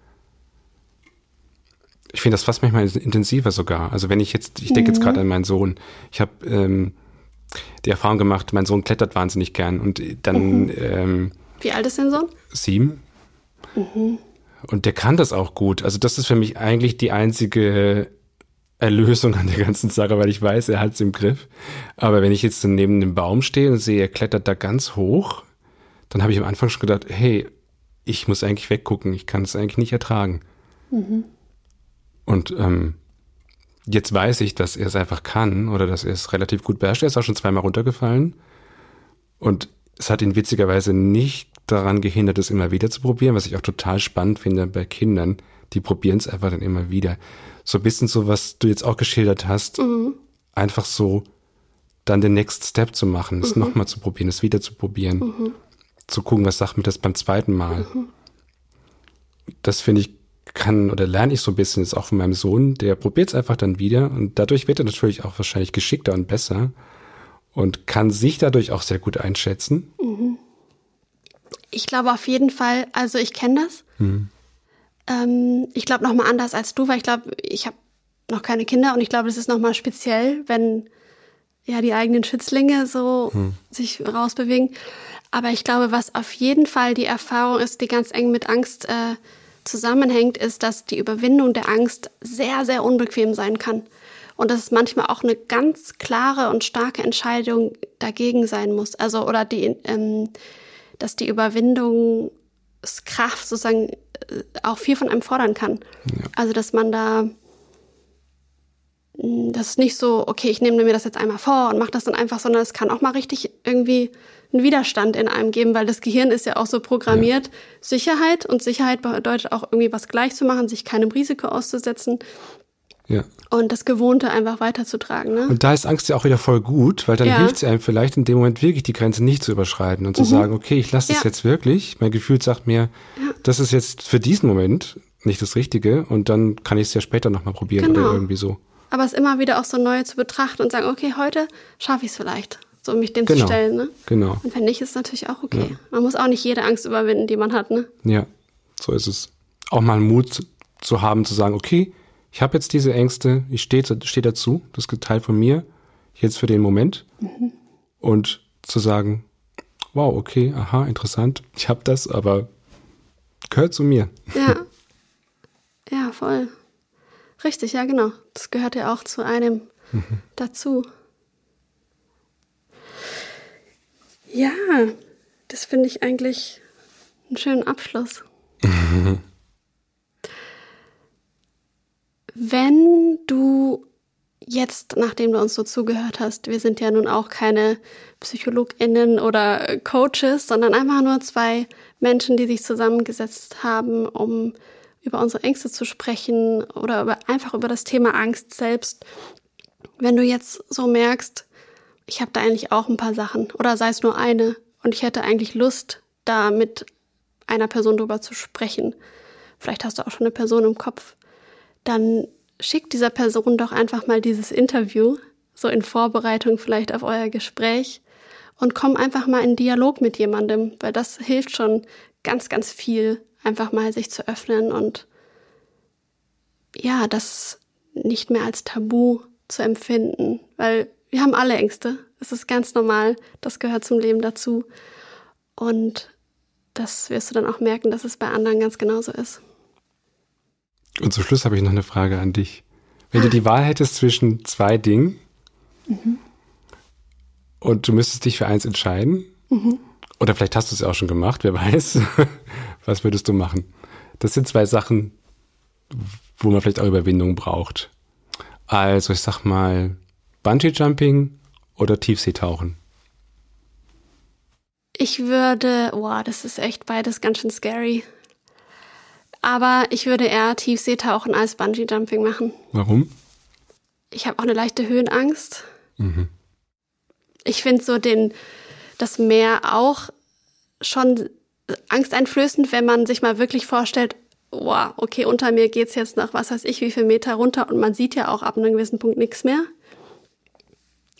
Ich finde das fast manchmal intensiver sogar. Also wenn ich jetzt, ich denke mhm. jetzt gerade an meinen Sohn. Ich habe ähm, die Erfahrung gemacht, mein Sohn klettert wahnsinnig gern und dann... Mhm. Ähm, Wie alt ist dein Sohn? Sieben. Mhm. Und der kann das auch gut. Also das ist für mich eigentlich die einzige Erlösung an der ganzen Sache, weil ich weiß, er hat es im Griff. Aber wenn ich jetzt neben dem Baum stehe und sehe, er klettert da ganz hoch, dann habe ich am Anfang schon gedacht, hey, ich muss eigentlich weggucken, ich kann es eigentlich nicht ertragen. Mhm. Und ähm, jetzt weiß ich, dass er es einfach kann oder dass er es relativ gut beherrscht. Er ist auch schon zweimal runtergefallen und es hat ihn witzigerweise nicht daran gehindert, es immer wieder zu probieren, was ich auch total spannend finde bei Kindern. Die probieren es einfach dann immer wieder. So ein bisschen so, was du jetzt auch geschildert hast, mhm. einfach so dann den Next Step zu machen, es mhm. nochmal zu probieren, es wieder zu probieren, mhm. zu gucken, was sagt mir das beim zweiten Mal. Mhm. Das finde ich, kann oder lerne ich so ein bisschen jetzt auch von meinem Sohn, der probiert es einfach dann wieder und dadurch wird er natürlich auch wahrscheinlich geschickter und besser und kann sich dadurch auch sehr gut einschätzen. Mhm. Ich glaube auf jeden Fall, also ich kenne das. Mhm. Ähm, ich glaube nochmal anders als du, weil ich glaube, ich habe noch keine Kinder und ich glaube, das ist nochmal speziell, wenn ja die eigenen Schützlinge so mhm. sich rausbewegen. Aber ich glaube, was auf jeden Fall die Erfahrung ist, die ganz eng mit Angst äh, zusammenhängt, ist, dass die Überwindung der Angst sehr, sehr unbequem sein kann. Und dass es manchmal auch eine ganz klare und starke Entscheidung dagegen sein muss. Also, oder die, ähm, dass die Überwindungskraft sozusagen äh, auch viel von einem fordern kann. Ja. Also, dass man da, das ist nicht so, okay, ich nehme mir das jetzt einmal vor und mache das dann einfach, sondern es kann auch mal richtig irgendwie einen Widerstand in einem geben, weil das Gehirn ist ja auch so programmiert, ja. Sicherheit, und Sicherheit bedeutet auch irgendwie was gleich zu machen, sich keinem Risiko auszusetzen. Ja. Und das Gewohnte einfach weiterzutragen. Ne? Und da ist Angst ja auch wieder voll gut, weil dann ja. hilft es einem vielleicht in dem Moment wirklich, die Grenze nicht zu überschreiten und zu mhm. sagen, okay, ich lasse das ja. jetzt wirklich. Mein Gefühl sagt mir, ja. das ist jetzt für diesen Moment nicht das Richtige und dann kann ich es ja später nochmal probieren genau. oder irgendwie so. Aber es immer wieder auch so neu zu betrachten und sagen, okay, heute schaffe ich es vielleicht, so mich dem genau. zu stellen. Ne? Genau. Und wenn nicht, ist es natürlich auch okay. Ja. Man muss auch nicht jede Angst überwinden, die man hat. Ne? Ja, so ist es. Auch mal Mut zu haben, zu sagen, okay, ich habe jetzt diese Ängste, ich stehe steh dazu, das ist Teil von mir, jetzt für den Moment. Mhm. Und zu sagen, wow, okay, aha, interessant, ich habe das, aber gehört zu mir. Ja, ja, voll. Richtig, ja, genau. Das gehört ja auch zu einem mhm. dazu. Ja, das finde ich eigentlich einen schönen Abschluss. Mhm. Wenn du jetzt, nachdem du uns so zugehört hast, wir sind ja nun auch keine PsychologInnen oder Coaches, sondern einfach nur zwei Menschen, die sich zusammengesetzt haben, um über unsere Ängste zu sprechen oder über, einfach über das Thema Angst selbst. Wenn du jetzt so merkst, ich habe da eigentlich auch ein paar Sachen oder sei es nur eine und ich hätte eigentlich Lust, da mit einer Person drüber zu sprechen, vielleicht hast du auch schon eine Person im Kopf, dann schickt dieser Person doch einfach mal dieses Interview, so in Vorbereitung vielleicht auf euer Gespräch, und komm einfach mal in Dialog mit jemandem, weil das hilft schon ganz, ganz viel, einfach mal sich zu öffnen und ja, das nicht mehr als Tabu zu empfinden, weil wir haben alle Ängste, das ist ganz normal, das gehört zum Leben dazu und das wirst du dann auch merken, dass es bei anderen ganz genauso ist. Und zum Schluss habe ich noch eine Frage an dich. Wenn ah. du die Wahl hättest zwischen zwei Dingen mhm. und du müsstest dich für eins entscheiden, mhm. oder vielleicht hast du es ja auch schon gemacht, wer weiß, was würdest du machen? Das sind zwei Sachen, wo man vielleicht auch Überwindung braucht. Also ich sag mal Bungee-Jumping oder Tiefseetauchen. Ich würde, wow, das ist echt beides ganz schön scary. Aber ich würde eher Tiefseetauchen als Bungee-Jumping machen. Warum? Ich habe auch eine leichte Höhenangst. Mhm. Ich finde so den, das Meer auch schon angsteinflößend, wenn man sich mal wirklich vorstellt, wow, okay, unter mir geht's jetzt noch, was weiß ich, wie viel Meter runter und man sieht ja auch ab einem gewissen Punkt nichts mehr.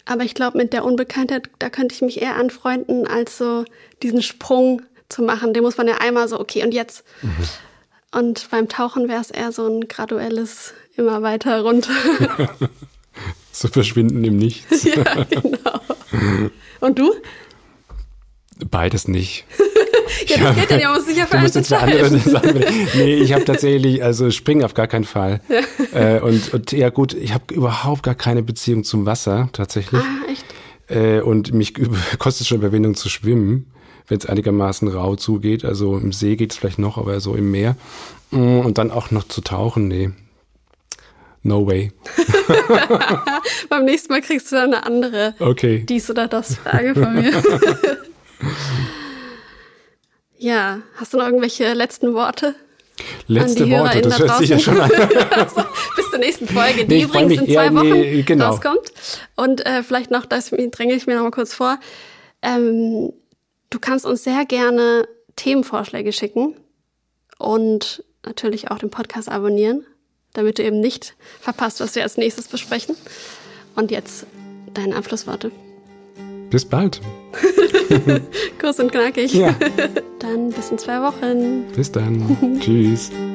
Aber ich glaube, mit der Unbekanntheit, da könnte ich mich eher anfreunden, als so diesen Sprung zu machen. Den muss man ja einmal so, okay, und jetzt. Mhm. Und beim Tauchen wäre es eher so ein graduelles, immer weiter runter. So verschwinden im Nichts. Ja, genau. Und du? Beides nicht. Ja, das geht ja nicht, man muss sich ja für eins entscheiden. Nee, ich habe tatsächlich, also springen auf gar keinen Fall. Ja. Äh, und, und ja gut, ich habe überhaupt gar keine Beziehung zum Wasser, tatsächlich. Ah, echt? Äh, und mich kostet schon Überwindung zu schwimmen, wenn es einigermaßen rau zugeht. Also im See geht es vielleicht noch, aber so im Meer. Und dann auch noch zu tauchen, nee. No way. Beim nächsten Mal kriegst du dann eine andere okay. dies oder das Frage von mir. Ja, hast du noch irgendwelche letzten Worte? Letzte Worte, das hört sich ja schon an. Also, bis zur nächsten Folge, die nee, übrigens in zwei eher, Wochen nee, genau. rauskommt. Und äh, vielleicht noch, das dränge ich mir noch mal kurz vor, ähm, du kannst uns sehr gerne Themenvorschläge schicken und natürlich auch den Podcast abonnieren, damit du eben nicht verpasst, was wir als nächstes besprechen. Und jetzt deine Abschlussworte. Bis bald. Kurz und knackig. Ja. Dann bis in zwei Wochen. Bis dann. Tschüss.